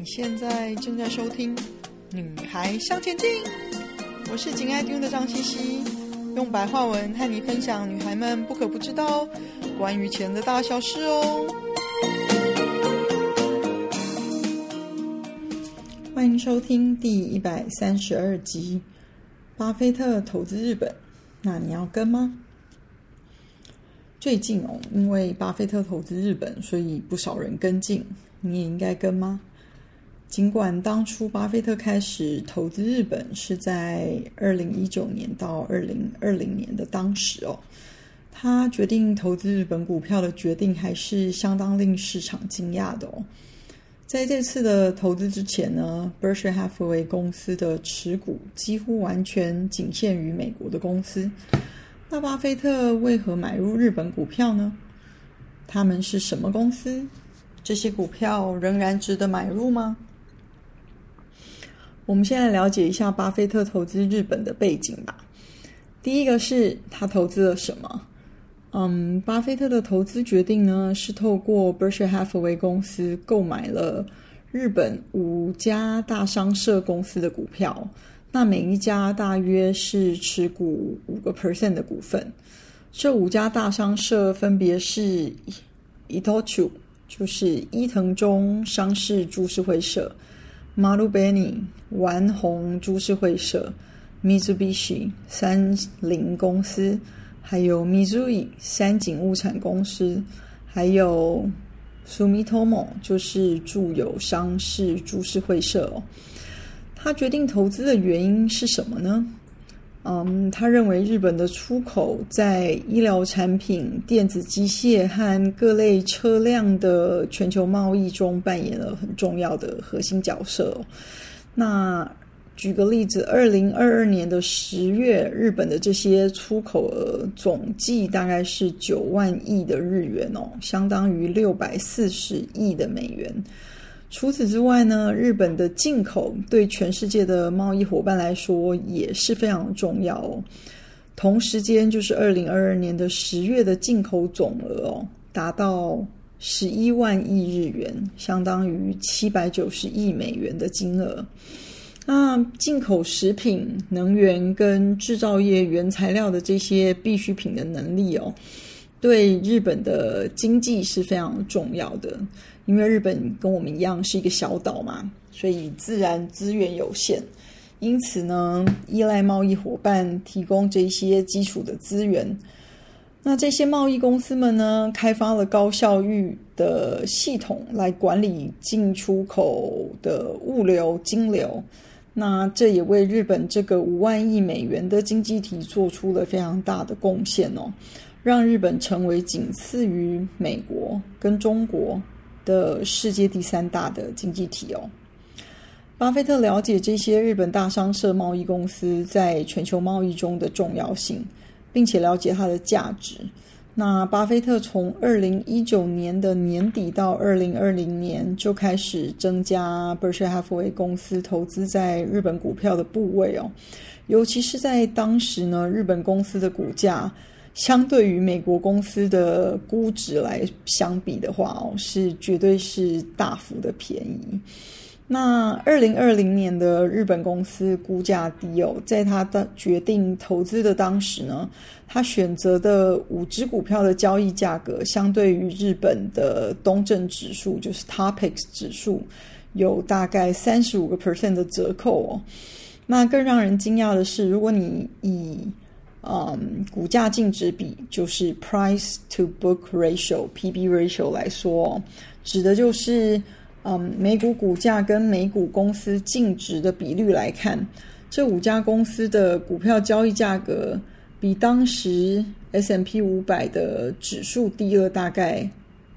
现在正在收听《女孩向前进》，我是紧爱听的张茜茜，用白话文和你分享女孩们不可不知道关于钱的大小事哦。欢迎收听第132集，巴菲特投资日本，那你要跟吗？最近因为巴菲特投资日本，所以不少人跟进，你也应该跟吗？尽管当初巴菲特开始投资日本是在2019年到2020年的当时他决定投资日本股票的决定还是相当令市场惊讶的在这次的投资之前呢， Berkshire Hathaway 公司的持股几乎完全仅限于美国的公司。那巴菲特为何买入日本股票呢？他们是什么公司？这些股票仍然值得买入吗？我们先来了解一下巴菲特投资日本的背景吧。第一个是他投资了什么？巴菲特的投资决定呢，是透过 Berkshire Hathaway 公司购买了日本5家大商社公司的股票，那每一家大约是持股 5% 的股份。这5家大商社分别是 Itochu， 就是伊藤忠商事株式会社， Marubeni 丸红株式会社， Mitsubishi 三菱公司，还有 Mitsui 三井物产公司，还有 Sumitomo 就是住友商事株式会社他决定投资的原因是什么呢？他认为日本的出口在医疗产品、电子机械和各类车辆的全球贸易中扮演了很重要的核心角色那举个例子，2022年的10月，日本的这些出口额总计大概是9万亿的日元相当于640亿的美元。除此之外呢，日本的进口对全世界的贸易伙伴来说也是非常重要同时间就是2022年的10月的进口总额达到11万亿日元，相当于790亿美元的金额。那进口食品、能源跟制造业原材料的这些必需品的能力对日本的经济是非常重要的。因为日本跟我们一样是一个小岛嘛，所以自然资源有限，因此呢，依赖贸易伙伴提供这些基础的资源。那这些贸易公司们呢，开发了高效率的系统来管理进出口的物流、金流。那这也为日本这个5万亿美元的经济体做出了非常大的贡献让日本成为仅次于美国跟中国的世界第3大的经济体巴菲特了解这些日本大商社贸易公司在全球贸易中的重要性，并且了解它的价值。那巴菲特从2019年的年底到2020年就开始增加 Berkshire Hathaway 公司投资在日本股票的部位尤其是在当时呢，日本公司的股价相对于美国公司的估值来相比的话是绝对是大幅的便宜。那2020年的日本公司估价低在他的决定投资的当时呢，他选择的5只股票的交易价格相对于日本的东证指数，就是 TOPIX 指数有大概 35% 的折扣那更让人惊讶的是，如果你以股价净值比，就是 Price to Book Ratio PB Ratio 来说指的就是美股股价跟美股公司净值的比率来看，这5家公司的股票交易价格比当时 S&P 500的指数低了大概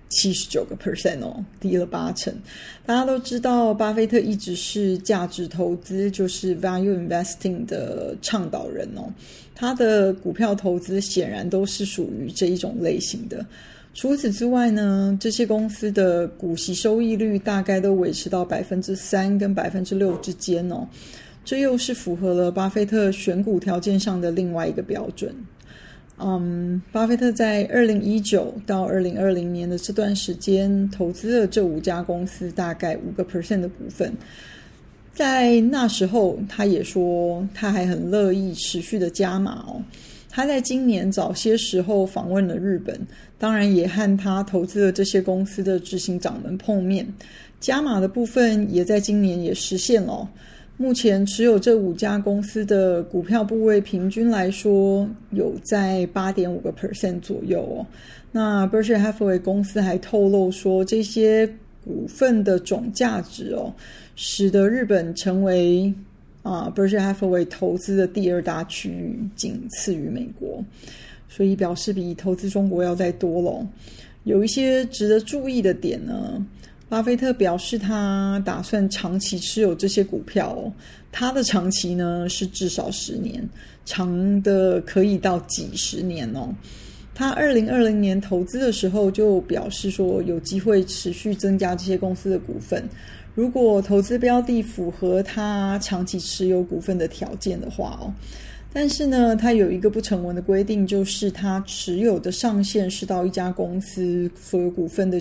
79% 低了80%大家都知道巴菲特一直是价值投资，就是 Value Investing 的倡导人他的股票投资显然都是属于这一种类型的。除此之外呢，这些公司的股息收益率大概都维持到 3% 跟 6% 之间这又是符合了巴菲特选股条件上的另外一个标准。 巴菲特在2019到2020年的这段时间投资了这5家公司大概5% 的股份。在那时候他也说他还很乐意持续的加码哦。他在今年早些时候访问了日本，当然也和他投资的这些公司的执行长们碰面，加码的部分也在今年也实现了哦。目前持有这5家公司的股票部位平均来说有在 8.5% 左右哦。那 Berkshire Hathaway 公司还透露说，这些股份的总价值哦，使得日本成为Berkshire Hathaway 投资的第2大区域，仅次于美国，所以表示比投资中国要再多了。有一些值得注意的点呢，巴菲特表示他打算长期持有这些股票哦，他的长期呢是至少10年，长的可以到几十年哦。他2020年投资的时候就表示说，有机会持续增加这些公司的股份，如果投资标的符合他长期持有股份的条件的话哦。但是呢，他有一个不成文的规定，就是他持有的上限是到一家公司所有股份的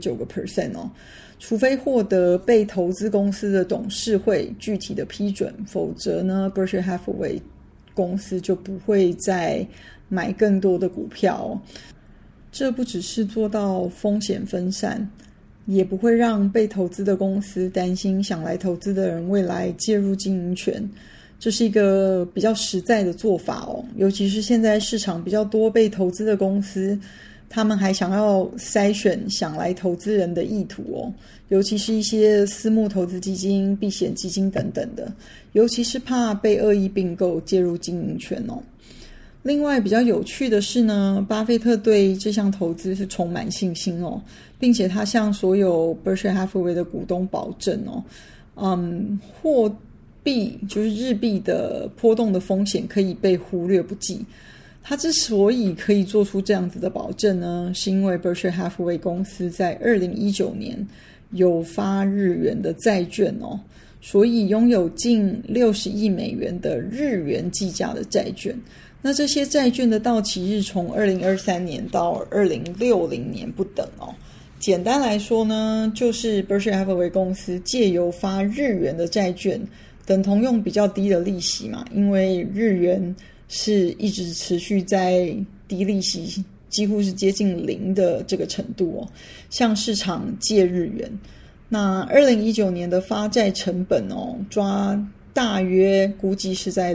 9.9% 哦，除非获得被投资公司的董事会具体的批准，否则呢 Berkshire Hathaway 公司就不会再买更多的股票哦。这不只是做到风险分散，也不会让被投资的公司担心想来投资的人未来介入经营权，这是一个比较实在的做法哦。尤其是现在市场比较多被投资的公司，他们还想要筛选想来投资人的意图哦，尤其是一些私募投资基金、避险基金等等的，尤其是怕被恶意并购介入经营权哦。另外比较有趣的是呢，巴菲特对这项投资是充满信心哦，并且他向所有 Berkshire Hathaway 的股东保证哦，货币就是日币的波动的风险可以被忽略不计。他之所以可以做出这样子的保证呢，是因为 Berkshire Hathaway 公司在2019年有发日元的债券哦，所以拥有近60亿美元的日元计价的债券。那这些债券的到期日从2023年到2060年不等哦。简单来说呢，就是 Berkshire Hathaway 公司借由发日元的债券，等同用比较低的利息嘛，因为日元是一直持续在低利息，几乎是接近0的这个程度哦，向市场借日元。那2019年的发债成本哦，抓大约估计是在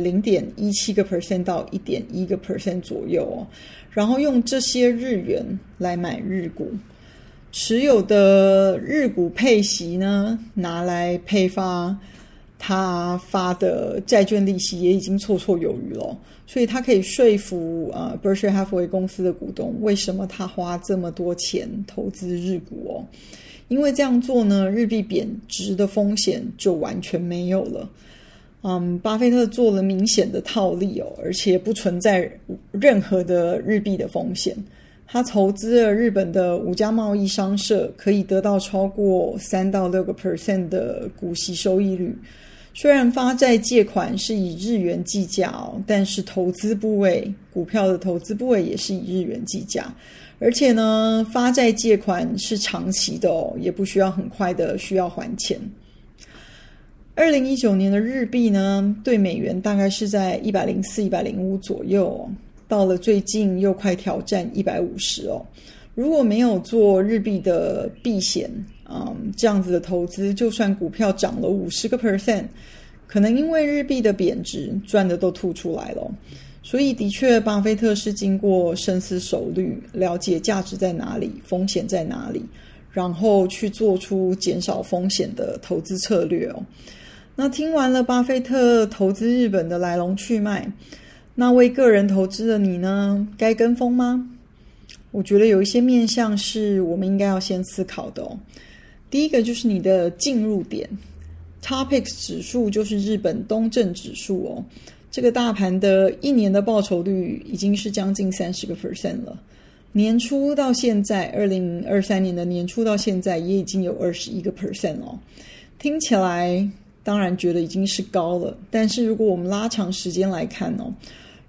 0.17% 到 1.1% 左右哦，然后用这些日元来买日股，持有的日股配息呢，拿来配发他发的债券利息，也已经绰绰有余了，所以他可以说服Berkshire Hathaway 公司的股东，为什么他花这么多钱投资日股哦？因为这样做呢，日币贬值的风险就完全没有了。巴菲特做了明显的套利哦，而且不存在任何的日币的风险。他投资了日本的5家贸易商社，可以得到超过3到6% 的股息收益率。虽然发债借款是以日元计价哦，但是投资部位，股票的投资部位也是以日元计价。而且呢，发债借款是长期的哦，也不需要很快的需要还钱。2019年的日币呢，对美元大概是在104、105左右哦，到了最近又快挑战150哦。如果没有做日币的避险，这样子的投资，就算股票涨了50%，可能因为日币的贬值，赚的都吐出来了。所以的确，巴菲特是经过深思熟虑，了解价值在哪里，风险在哪里，然后去做出减少风险的投资策略哦。那听完了巴菲特投资日本的来龙去脉，那为个人投资的你呢，该跟风吗？我觉得有一些面向是我们应该要先思考的哦。第一个就是你的进入点 ，Topix 指数就是日本东证指数哦，这个大盘的1年的报酬率已经是将近30% 了。年初到现在，2023年的年初到现在也已经有21% 哦。听起来当然觉得已经是高了，但是如果我们拉长时间来看哦，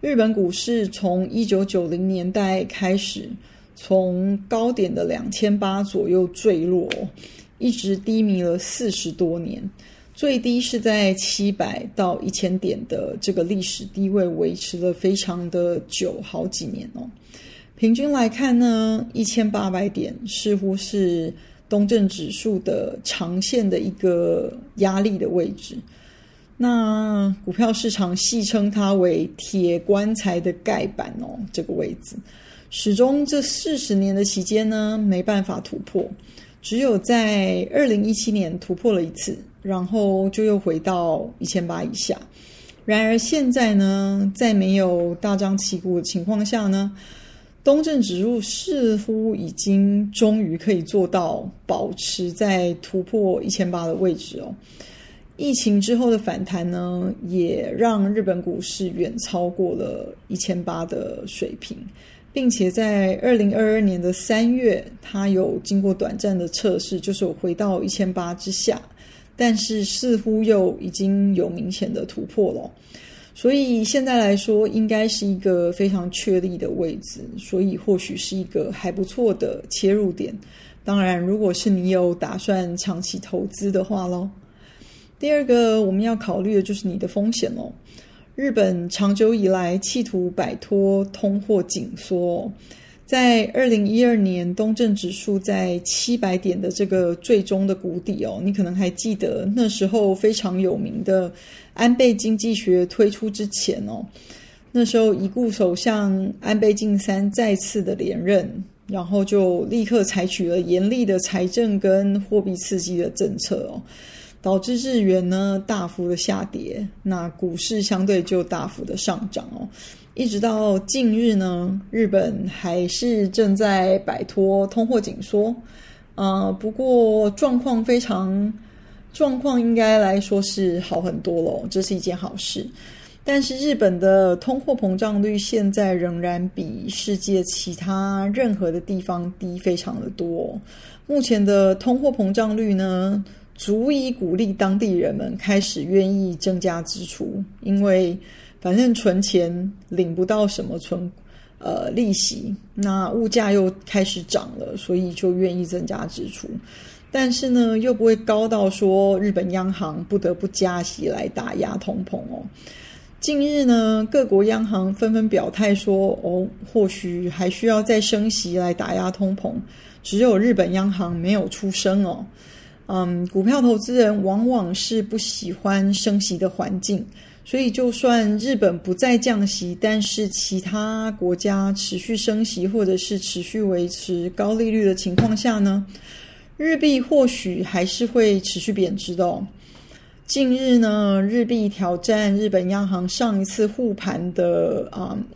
日本股市从1990年代开始，从高点的2800左右坠落，一直低迷了40多年，最低是在700到1000点的这个历史低位维持了非常的久，好几年哦。平均来看呢，1800点似乎是东证指数的长线的一个压力的位置。那股票市场戏称它为铁棺材的盖板哦，这个位置始终这40年的期间呢没办法突破，只有在2017年突破了一次，然后就又回到1800以下。然而现在呢，在没有大张旗鼓的情况下呢，东证指数似乎已经终于可以做到保持在突破1800的位置哦。疫情之后的反弹呢，也让日本股市远超过了1800的水平，并且在2022年的3月，它有经过短暂的测试，就是有回到1800之下，但是似乎又已经有明显的突破了。所以现在来说，应该是一个非常确立的位置，所以或许是一个还不错的切入点。当然，如果是你有打算长期投资的话咯。第二个我们要考虑的就是你的风险咯。日本长久以来企图摆脱通货紧缩，在2012年东证指数在700点的这个最终的谷底哦，你可能还记得那时候非常有名的安倍经济学推出之前哦，那时候已故首相安倍晋三再次的连任，然后就立刻采取了严厉的财政跟货币刺激的政策哦，导致日元呢大幅的下跌，那股市相对就大幅的上涨哦。一直到近日呢，日本还是正在摆脱通货紧缩，不过状况应该来说是好很多咯，这是一件好事。但是日本的通货膨胀率现在仍然比世界其他任何的地方低非常的多。目前的通货膨胀率呢，足以鼓励当地人们开始愿意增加支出，因为反正存钱领不到什么利息，那物价又开始涨了，所以就愿意增加支出。但是呢，又不会高到说日本央行不得不加息来打压通膨哦。近日呢，各国央行纷纷表态说，或许还需要再升息来打压通膨，只有日本央行没有出声哦。股票投资人往往是不喜欢升息的环境，所以就算日本不再降息，但是其他国家持续升息或者是持续维持高利率的情况下呢，日币或许还是会持续贬值的哦。近日呢，日币挑战日本央行上一次护盘的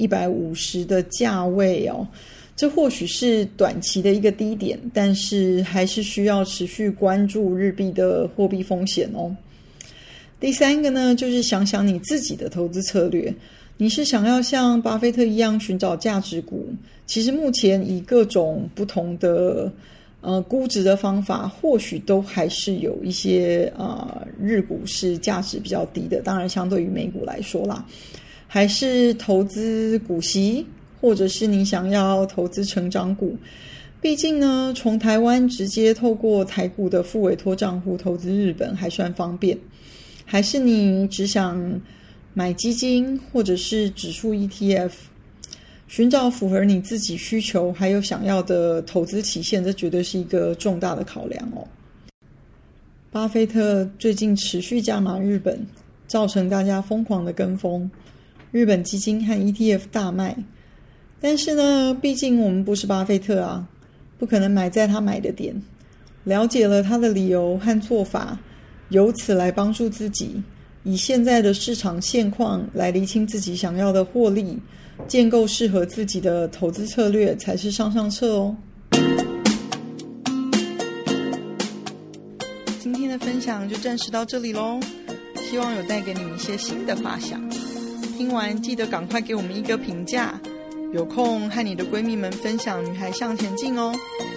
150的价位哦，这或许是短期的一个低点，但是还是需要持续关注日币的货币风险哦。第三个呢，就是想想你自己的投资策略，你是想要像巴菲特一样寻找价值股，其实目前以各种不同的估值的方法，或许都还是有一些日股是价值比较低的，当然相对于美股来说啦，还是投资股息，或者是你想要投资成长股。毕竟呢，从台湾直接透过台股的副委托账户投资日本还算方便，还是你只想买基金或者是指数 ETF， 寻找符合你自己需求还有想要的投资期限，这绝对是一个重大的考量哦。巴菲特最近持续加码日本，造成大家疯狂的跟风，日本基金和 ETF 大卖。但是呢，毕竟我们不是巴菲特啊，不可能买在他买的点。了解了他的理由和做法，由此来帮助自己，以现在的市场现况来厘清自己想要的获利，建构适合自己的投资策略，才是上策哦。今天的分享就暂时到这里咯，希望有带给你们一些新的发想。听完记得赶快给我们一个评价，有空和你的闺蜜们分享《女孩向前进》哦。